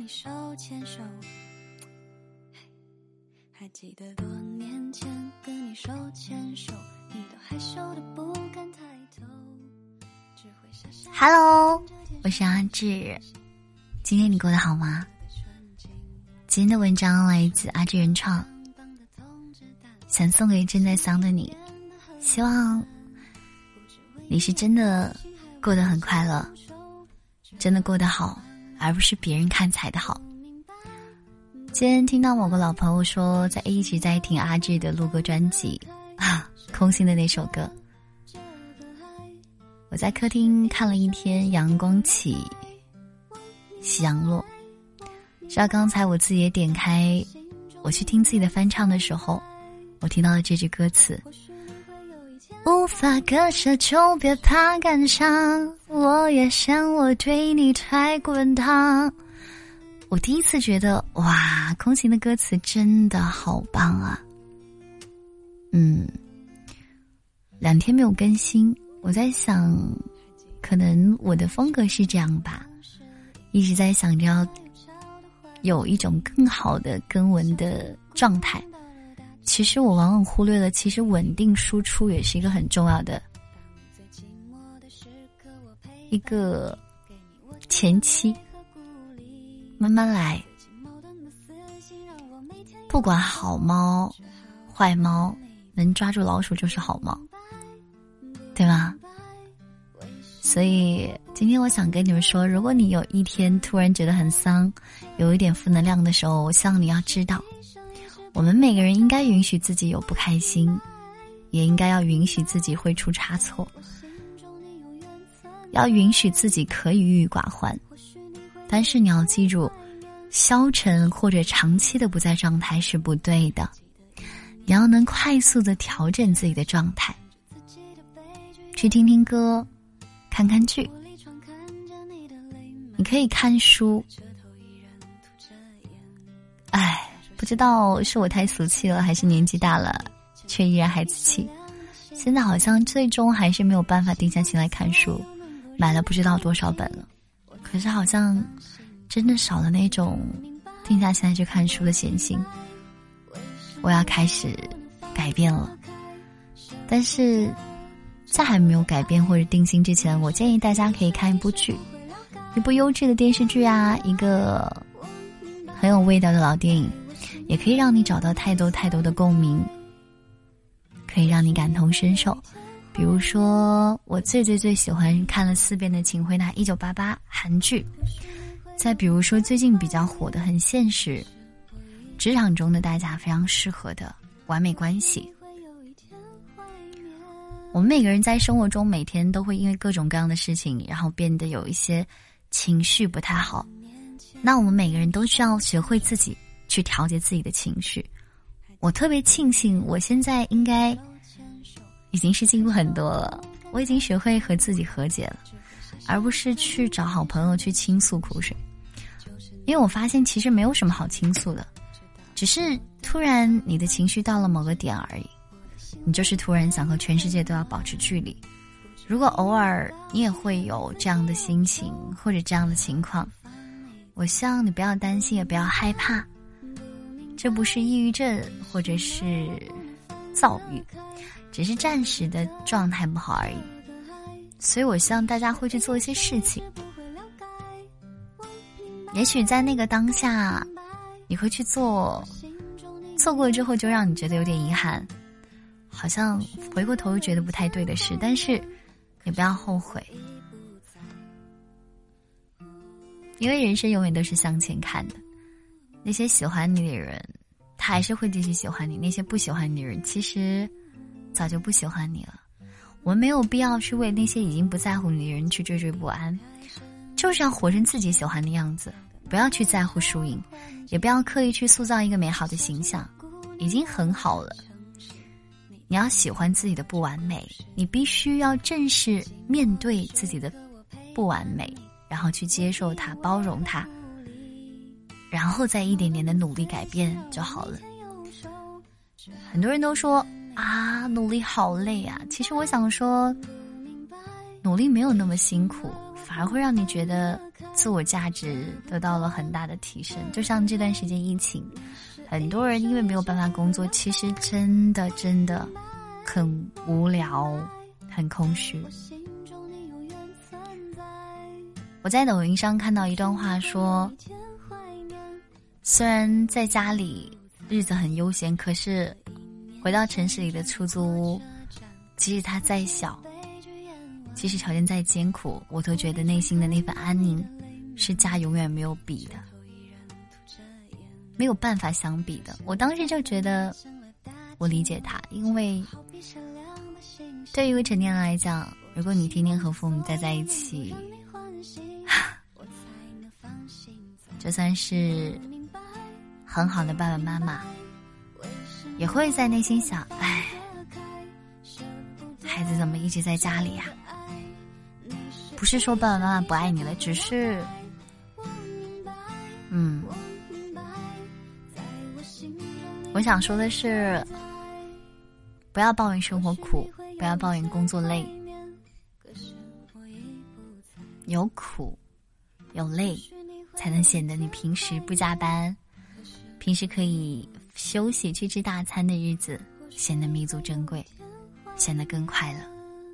手牵手，还记得多年前跟你手牵手，你都害羞的不敢抬头。 Hello， 我是阿志，今天你过得好吗？今天的文章来自阿志原创，想送给正在丧的你，希望你是真的过得很快乐，真的过得好，而不是别人看才的好。今天听到某个老朋友说一直在听阿志的录歌专辑空心的那首歌，我在客厅看了一天阳光起夕阳落，直到刚才我自己也点开我去听自己的翻唱的时候，我听到了这句歌词，无法割舍就别怕感伤，我也想我对你太滚烫。我第一次觉得哇，空行的歌词真的好棒啊。2天没有更新，我在想可能我的风格是这样吧，一直在想着要有一种更好的更文的状态。其实我往往忽略了，其实稳定输出也是一个很重要的一个前期，慢慢来，不管好猫坏猫，能抓住老鼠就是好猫，对吗？所以今天我想跟你们说，如果你有一天突然觉得很丧，有一点负能量的时候，我希望你要知道，我们每个人应该允许自己有不开心，也应该要允许自己会出差错，要允许自己可以郁郁寡欢。但是你要记住，消沉或者长期的不在状态是不对的，你要能快速的调整自己的状态，去听听歌，看看剧，你可以看书。不知道是我太俗气了，还是年纪大了却依然孩子气，现在好像最终还是没有办法定下心来看书，买了不知道多少本了，可是好像真的少了那种定下心来去看书的闲心。我要开始改变了，但是在还没有改变或者定心之前，我建议大家可以看一部剧，一部优质的电视剧啊，一个很有味道的老电影，也可以让你找到太多的共鸣，可以让你感同身受。比如说我最喜欢看了4遍的《请回答1988》韩剧，再比如说最近比较火的很现实，职场中的大家非常适合的完美关系。我们每个人在生活中每天都会因为各种各样的事情，然后变得有一些情绪不太好，那我们每个人都需要学会自己去调节自己的情绪。我特别庆幸我现在应该已经是进步很多了，我已经学会和自己和解了，而不是去找好朋友去倾诉苦水。因为我发现其实没有什么好倾诉的，只是突然你的情绪到了某个点而已，你就是突然想和全世界都要保持距离。如果偶尔你也会有这样的心情或者这样的情况，我希望你不要担心，也不要害怕，这不是抑郁症或者是躁郁，只是暂时的状态不好而已。所以我希望大家会去做一些事情，也许在那个当下你会去做过之后就让你觉得有点遗憾，好像回过头又觉得不太对的事，但是也不要后悔，因为人生永远都是向前看的。那些喜欢你的人他还是会继续喜欢你，那些不喜欢你的人其实早就不喜欢你了。我们没有必要去为那些已经不在乎你的人去惴惴不安，就是要活成自己喜欢的样子，不要去在乎输赢，也不要刻意去塑造一个美好的形象，已经很好了。你要喜欢自己的不完美，你必须要正视面对自己的不完美，然后去接受它，包容它，然后再一点点的努力改变就好了。很多人都说啊，努力好累啊，其实我想说，努力没有那么辛苦，反而会让你觉得自我价值得到了很大的提升。就像这段时间疫情，很多人因为没有办法工作，其实真的很无聊，很空虚。我在抖音上看到一段话说，虽然在家里日子很悠闲，可是回到城市里的出租屋，即使它再小，即使条件再艰苦，我都觉得内心的那份安宁是家永远没有比的，没有办法相比的。我当时就觉得我理解他，因为对于一个成年人来讲，如果你天天和父母待在一起，就算是很好的爸爸妈妈，也会在内心想，哎，孩子怎么一直在家里呀？不是说爸爸妈妈不爱你了，只是我想说的是，不要抱怨生活苦，不要抱怨工作累，有苦有累才能显得你平时不加班，平时可以休息去吃大餐的日子显得弥足珍贵，显得更快乐。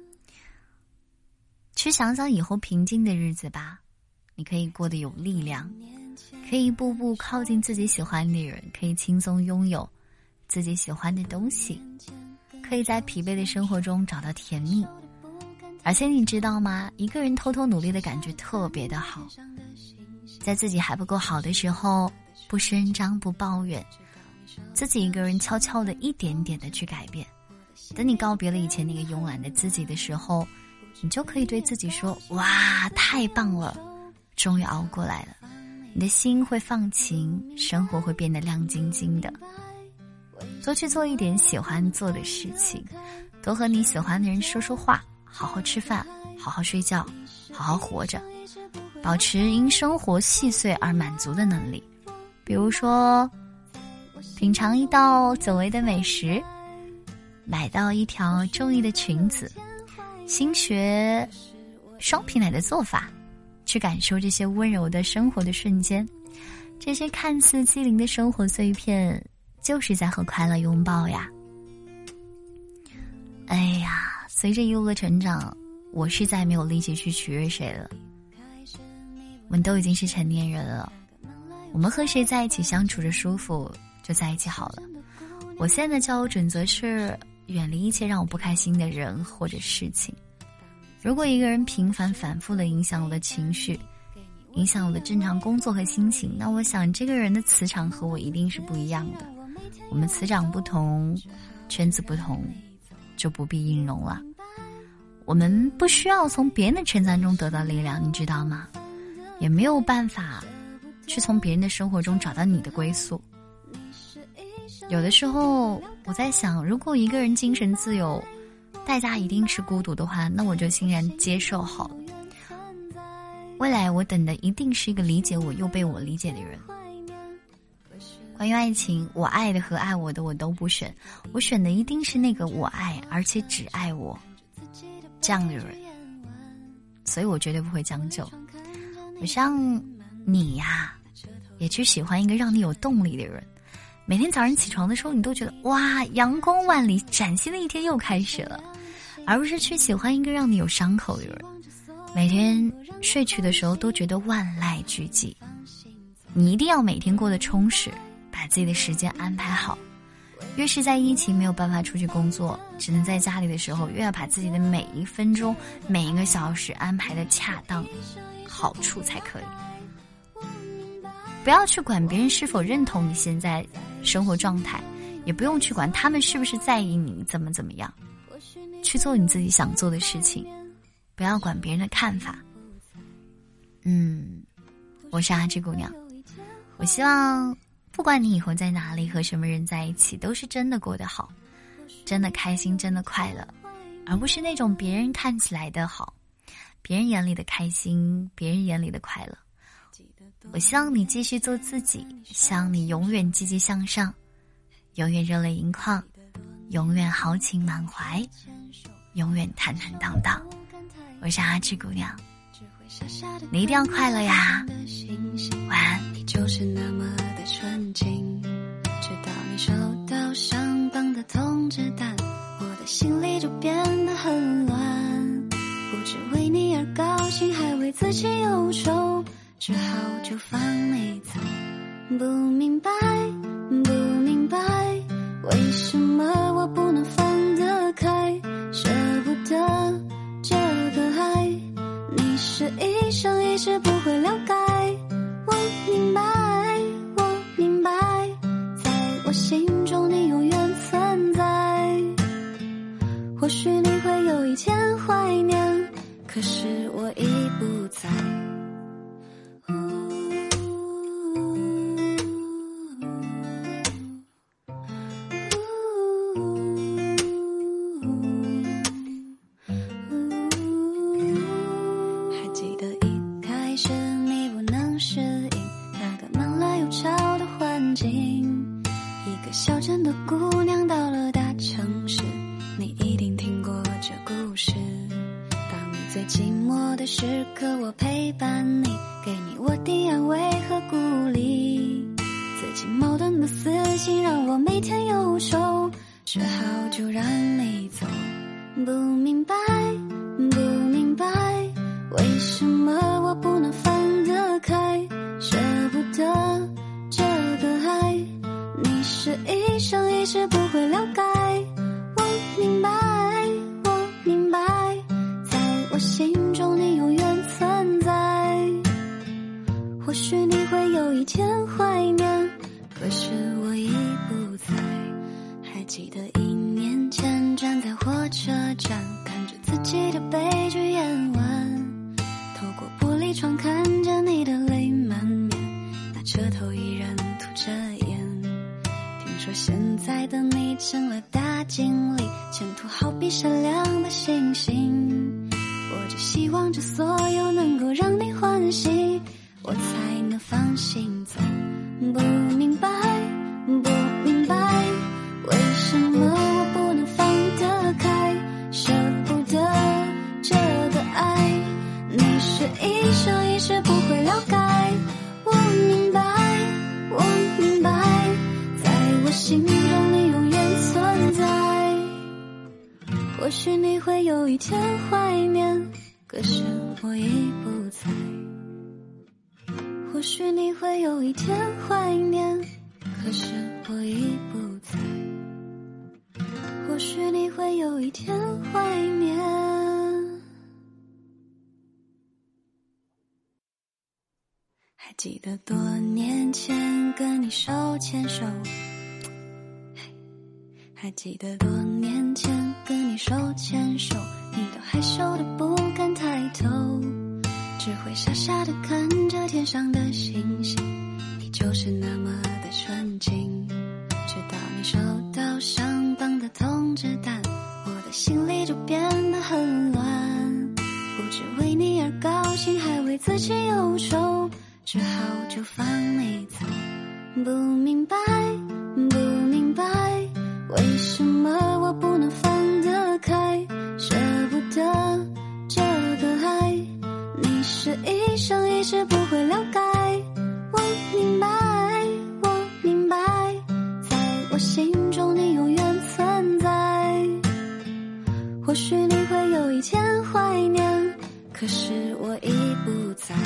去想想以后平静的日子吧，你可以过得有力量，可以一步步靠近自己喜欢的人，可以轻松拥有自己喜欢的东西，可以在疲惫的生活中找到甜蜜。而且你知道吗，一个人偷偷努力的感觉特别的好，在自己还不够好的时候不声张不抱怨，自己一个人悄悄的一点点的去改变。等你告别了以前那个慵懒的自己的时候，你就可以对自己说，哇，太棒了，终于熬过来了。你的心会放晴，生活会变得亮晶晶的。多去做一点喜欢做的事情，多和你喜欢的人说说话，好好吃饭，好好睡觉，好好活着，保持因生活细碎而满足的能力。比如说品尝一道久违的美食，买到一条中意的裙子，新学双皮奶的做法，去感受这些温柔的生活的瞬间。这些看似机灵的生活碎片，就是在和快乐拥抱呀。哎呀，随着一路的成长，我是再没有力气去取悦谁了。我们都已经是成年人了，我们和谁在一起相处着舒服就在一起好了。我现在的交友准则是远离一切让我不开心的人或者事情。如果一个人频繁反复地影响我的情绪，影响我的正常工作和心情，那我想这个人的磁场和我一定是不一样的。我们磁场不同，圈子不同，就不必硬融了。我们不需要从别人的称赞中得到力量，你知道吗？也没有办法去从别人的生活中找到你的归宿。有的时候我在想，如果一个人精神自由代价一定是孤独的话，那我就欣然接受好了。未来我等的一定是一个理解我又被我理解的人。关于爱情，我爱的和爱我的我都不选，我选的一定是那个我爱而且只爱我这样的人，所以我绝对不会将就。我让你呀，也去喜欢一个让你有动力的人。每天早上起床的时候，你都觉得哇，阳光万里，崭新的一天又开始了，而不是去喜欢一个让你有伤口的人。每天睡去的时候都觉得万籁俱寂。你一定要每天过得充实，把自己的时间安排好。越是在疫情没有办法出去工作，只能在家里的时候，越要把自己的每一分钟每一个小时安排的恰当好处才可以。不要去管别人是否认同你现在生活状态，也不用去管他们是不是在意你怎么样，去做你自己想做的事情，不要管别人的看法。我是阿志姑娘，我希望不管你以后在哪里和什么人在一起，都是真的过得好，真的开心，真的快乐，而不是那种别人看起来的好，别人眼里的开心，别人眼里的快乐。我希望你继续做自己，希望你永远积极向上，永远热泪盈眶，永远豪情满怀，永远坦坦荡荡。我是阿志姑娘， 你一定要快乐呀，晚安。 你就是那么的纯净，直到你收到上榜的通知单，我的心里就变得很乱，不知为你而高兴，还为自己忧愁，只好就放你走。不明白，不明白，为什么我不能放得开，舍不得这个爱，你是一生一世不会了解。我明白，我明白，在我心中你永远存在。或许你会有一天怀念，可是我已不在。还记得一开始你不能适应那个忙乱又吵的环境，一个小镇的姑娘到了大城市，你一定听过这故事。当你最寂寞的时刻，我陪伴你，给你我的安慰和鼓励。自己矛盾的私心让我每天忧愁，只好就让你走。不明白，不明白，为什么我不能放得开，舍不得这个爱，你是一生一世不会了解。我明白，我明白，在我心中你永远存在。或许你会有一天怀念，可是我已不在。还记得1年前站在火车站，看着自己的悲剧演完，透过玻璃窗看着你的泪满面，那车头依然涂着烟。听说现在的你成了大经理，前途好比闪亮的星星，我只希望这所有能够让你欢喜，我才能放心走。不明白，不明白，为什么我不能放得开，舍不得这个爱，你是一生一世不会了解。我明白，我明白，在我心中你永远存在。或许你会有一天怀念，可是我已不在。或许你会有一天怀念，可是我已不在。或许你会有一天怀念。还记得多年前跟你手牵手，还记得多年前跟你手牵手，你都害羞的不敢抬头，只会傻傻的看着天上的星星，你就是那么的纯净。直到你收到上榜的通知单，我的心里就变得很乱，不知为你而高兴，还为自己忧愁，只好就放你走。不明白，不明白，为什么我不能放得开，舍不得这个爱，你是一生一世不会了解。我明白，我明白，在我心中你永远存在。或许你会有一天怀念，可是我已不在。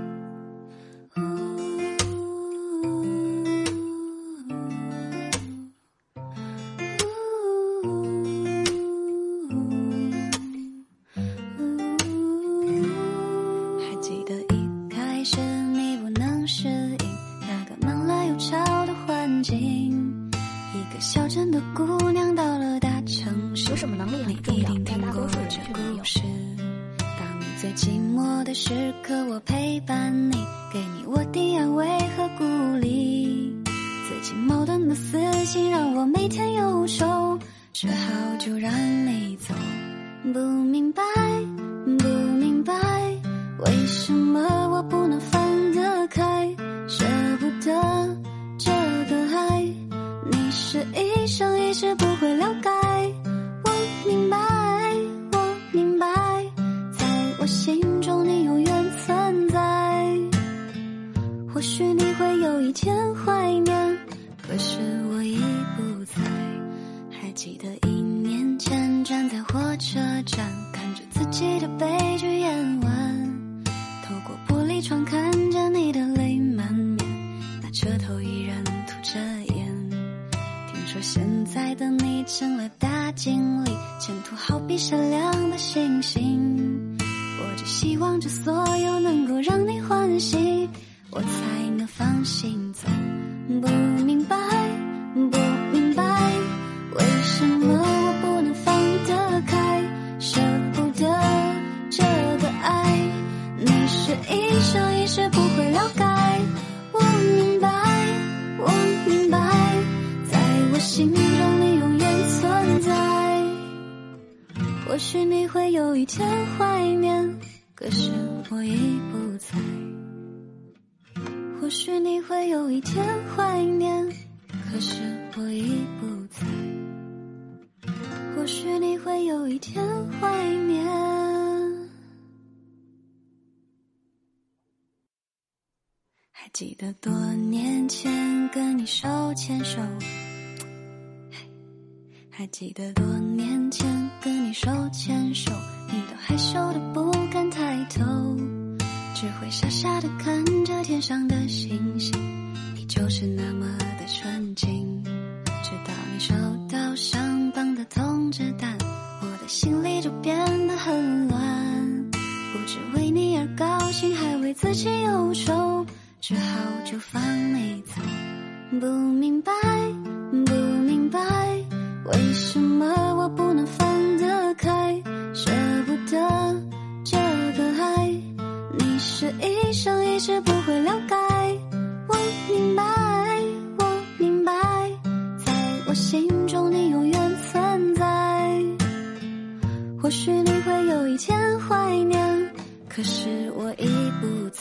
一个小镇的姑娘到了大城市， 有什么能力很重要，但大多数人却没有。 当你最寂寞的时刻，我陪伴你，给你我的安慰和鼓励。自己矛盾的私心让我每天忧愁，只好就让你走。不明白，不明白，为什么我不能放得开，舍不得这个爱，你是一生一世不会了解。我明白，我明白，在我心中你永远或许你会有一天怀念，可是我已不在。还记得1年前站在火车站，看着自己的悲剧演完，透过玻璃窗看着你的泪满面，那车头依然吐着烟。听说现在的你成了大经理，前途好比闪亮的星星，我只希望这所有能够让你欢喜，我才能放心走。不明白，不明白，为什么我不能放得开，舍不得这个爱，你是一生一世不会了解。我明白，我明白，在我心中你永远存在。或许你会有一天怀念，可是我已不在。或许你会有一天怀念，可是我已不在。或许你会有一天怀念。还记得多年前跟你手牵手，还记得多年前跟你手牵手，你都害羞的不敢抬头，只会傻傻的看着天上的星星，你就是那么的纯净。直到你收到上榜的通知单，我的心里就变得很乱，不知为你而高兴，还为自己忧愁，只好就放你走。不明白，不明白，为什么我不能放得开，舍不得这个爱，你是一生一世不会了解。我明白，我明白，在我心中你永远存在。或许你会有一天怀念，可是我已不在。